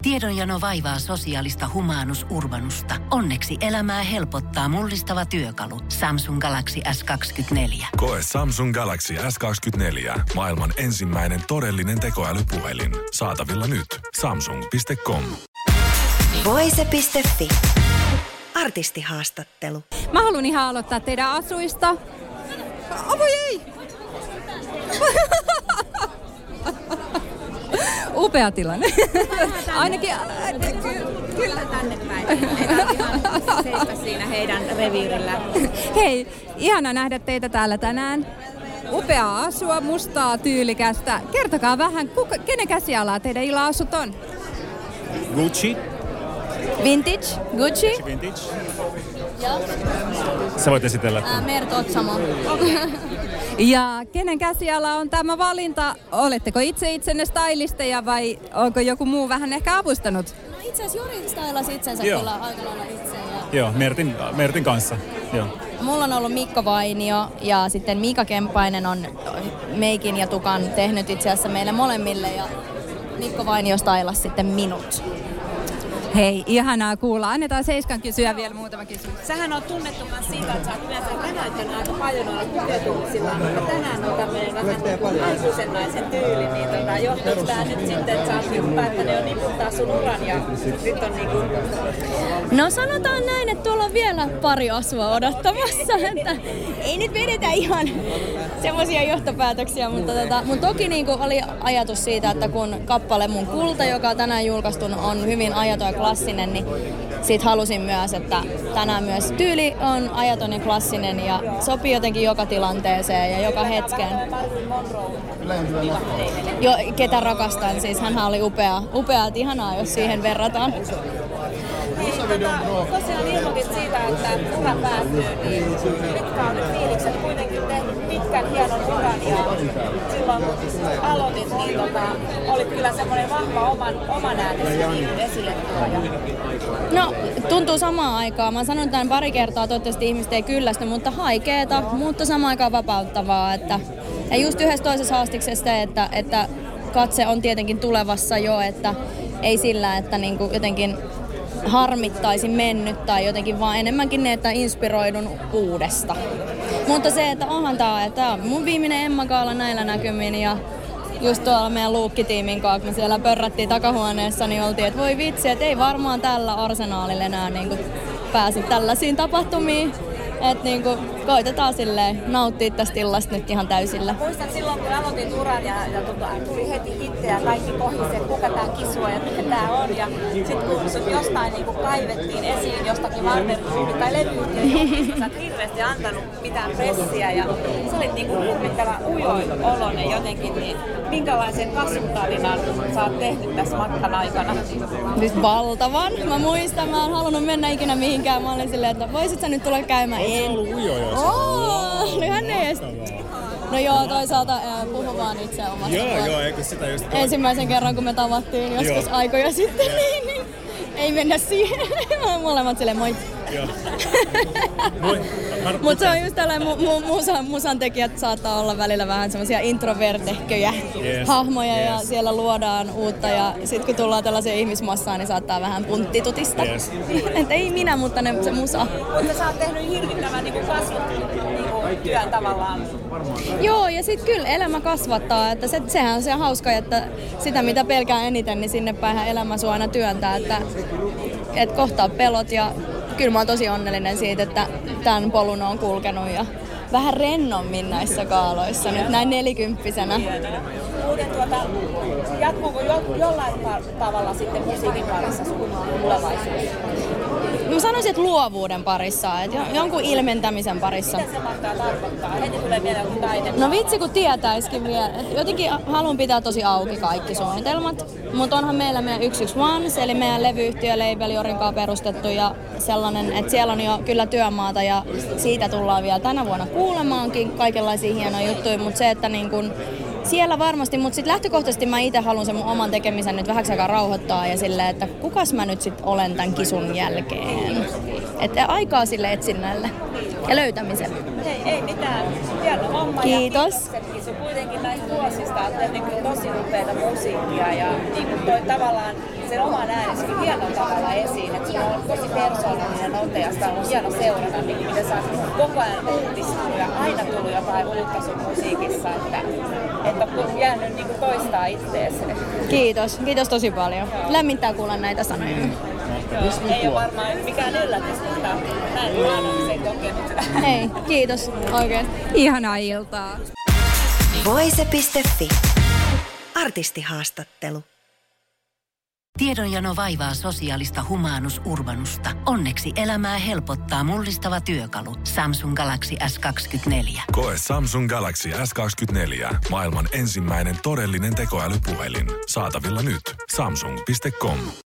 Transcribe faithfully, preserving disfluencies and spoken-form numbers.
Tiedonjano vaivaa sosiaalista humanus urbanusta. Onneksi elämää helpottaa mullistava työkalu. Samsung Galaxy S kaksikymmentäneljä. Koe Samsung Galaxy S kaksikymmentäneljä. Maailman ensimmäinen todellinen tekoälypuhelin. Saatavilla nyt. Samsung piste com. Voise piste fi. Artistihaastattelu. Mä haluan ihan aloittaa teidän asuista. Oh, voi ei! Upea tilanne. Ainakin... Kyllä tänne päin. Eikä ihan seistä siinä heidän reviirillä. Hei, ihana nähdä teitä täällä tänään. Upeaa asua, mustaa, tyylikästä. Kertokaa vähän, kuka, kenen käsialaa teidän ila-asut on? Gucci. Vintage, Gucci. Vintage. Sä voit esitellä. Ää, Mert Otsamo. Ja kenen käsiala on tämä valinta? Oletteko itse itsenne stylisteja vai onko joku muu vähän ehkä avustanut? No itse asiassa Jori stylasi itsensä Joo. kyllä aika lailla itse. Ja... Joo, Mertin, Mertin kanssa. Joo. Mulla on ollut Mikko Vainio ja sitten Mika Kemppainen on meikin ja tukan tehnyt itse asiassa meille molemmille ja Mikko Vainio stylasi sitten minut. Hei, ihanaa kuulla. Annetaan Seiskan kysyä vielä muutama kysymys. Sähän on tunnettu myös siitä, että sä oot yleensä näyttänyt aika paljon noilla kuketuksilla, mutta tänään on tämmöinen vähän naisuisen naisen tyyli, niin tota, johtuuko tää nyt sitten, että sä oot niinku päättänyt jo niputtaa sun uran ja nyt on niinku... No sanotaan näin, että tuolla on vielä pari asua odottamassa, että ei nyt vedetä ihan semmoisia johtopäätöksiä, mutta, tota, mutta toki niinku oli ajatus siitä, että kun kappale Mun kulta, joka on tänään julkaistu, on hyvin ajaton ja klassinen, niin siitä halusin myös, että tänään myös tyyli on ajaton ja klassinen ja sopii jotenkin joka tilanteeseen ja joka hetkeen. Jo, ketä rakastan, siis hänhän oli upea, upea, että ihanaa, jos siihen verrataan. Niin, tota, tosiaan ilmoitit siitä, että ura päättyy, niin mitkä on nyt fiilikset kuitenkin tehnyt pitkän hienon uran ja silloin kun aloitit, niin tota, olit kyllä semmoinen vahva oman, oman äänesi esille tuoja. No, tuntuu samaan aikaan. Mä sanon tämän pari kertaa, toivottavasti ihmiset ei kyllästy, mutta haikeeta, mutta samaan aikaan vapauttavaa. Että, ja just yhdessä toisessa haastiksessa se, että, että katse on tietenkin tulevassa jo, että ei sillä, että niinku jotenkin harmittaisi mennyt tai jotenkin vaan enemmänkin ne, että inspiroidun uudesta. Mutta se, että onhan tää, että tää on mun viimeinen Emma-gaala näillä näkymin ja just tuolla meidän luukkitiimin kanssa, kun me siellä pörrättiin takahuoneessa, niin oltiin, että voi vitsi, että ei varmaan tällä arsenaalilla enää niin kuin pääse tällaisiin tapahtumiin. Että niinku koitetaan silleen nauttia tästä illasta nyt ihan täysillä. Muistan silloin, kun aloitin uran ja, ja tota, tuli heti hittejä ja kaikki kohisi, että kuka tää kisua ja mikä tää on. Ja sit kun sut jostain niinku kaivettiin esiin jostakin Warner-ryhmistä tai levyyhtiöstä, sä et hirveästi antanut mitään pressiä ja sä olit niinku hirvittävän ujoin oloinen jotenkin, niin minkälaisen kasvutarinan sä oot tehnyt tässä matkan aikana? Nyt valtavan. Mä muistan, mä en halunnut mennä ikinä mihinkään. Mä olin silleen, että voisit sä nyt tulla käymään? Oletko ollut ujo jos? Oh, no hän ei edes... No joo, toisaalta äh, puhu vaan itse omasta. Joo, joo, eikö sitä just... Ensimmäisen kerran, kun me tavattiin joskus joo. aikoja sitten, niin, niin ei mennä siihen. Molemmat silleen moi. Joo. Mutta se on just tällainen, mu- mu- musan, musan tekijät saattaa olla välillä vähän semmoisia introvertehköjä yes. hahmoja yes. ja siellä luodaan uutta ja sit kun tullaan tällaiseen ihmismassaan, niin saattaa vähän punttitutista. Yes. Et ei minä, mutta ne, se musa. Mutta sä oot tehnyt hirvittävän niinku kasvun niinku työn tavallaan. Joo, ja sit kyllä elämä kasvattaa, että se, sehän on se hauska, että sitä mitä pelkää eniten, niin sinne päinhän elämä sua aina työntää, että et kohtaa pelot ja kyllä mä oon tosi onnellinen siitä, että tämän polun on kulkenut ja vähän rennommin näissä kaaloissa nyt näin nelikymppisenä. Muuten tuota, jatkuuko jo, jollain tavalla sitten musiikin parissa sun tulevaisuus? Mä sanoisin, että luovuuden parissa, että jonkun ilmentämisen parissa. Mitä se mahtaa tarkoittaa? Heti tulee mieleen joku taide. No vitsi kun tietäisikin vielä. Jotenkin haluan pitää tosi auki kaikki suunnitelmat. Mutta onhan meillä meidän yksi yksi yksi, eli meidän levyyhtiö Label Jorin kanssa perustettu ja sellainen, että siellä on jo kyllä työmaata ja siitä tullaan vielä tänä vuonna kuulemaankin kaikenlaisia hienoja juttuja, mutta se, että niin kun siellä varmasti, mutta sitten lähtökohtaisesti mä itse haluan sen mun oman tekemisen nyt vähäksi aikaa rauhoittaa ja silleen, että kukas mä nyt sitten olen tämän kisun jälkeen. Että aikaa sille etsinnälle. ja löytämisen. Ei, ei mitään. Hieno homma. Kiitos. Ja kiitoksetkin sun kuitenkin näistä vuosista. Olet tehnyt niin tosi upeita musiikkia ja niin kuin toi tavallaan sen oman ääneskin hienolla tavalla esiin. Että sulla on tosi persoonallinen ote ja sitä on hieno seurata, niin miten sä oot koko ajan uutistunut ja aina tullut jotain uutta sun musiikissa. Että, että on jäänyt niin kuin toistaa itteesi. Kiitos. Kiitos tosi paljon. Lämmittää kuulla näitä sanoja. Mm. Joo, ei ole varmaan mikään yllätys, mutta näin luonnollisen kokenut. Ei, kiitos oikein. Ihanaa iltaa. Voise piste fi. Artistihaastattelu. Tiedonjano vaivaa sosiaalista humanus urbanusta. Onneksi elämää helpottaa mullistava työkalu. Samsung Galaxy S kaksikymmentäneljä. Koe Samsung Galaxy S kaksikymmentäneljä. Maailman ensimmäinen todellinen tekoälypuhelin. Saatavilla nyt. Samsung piste com.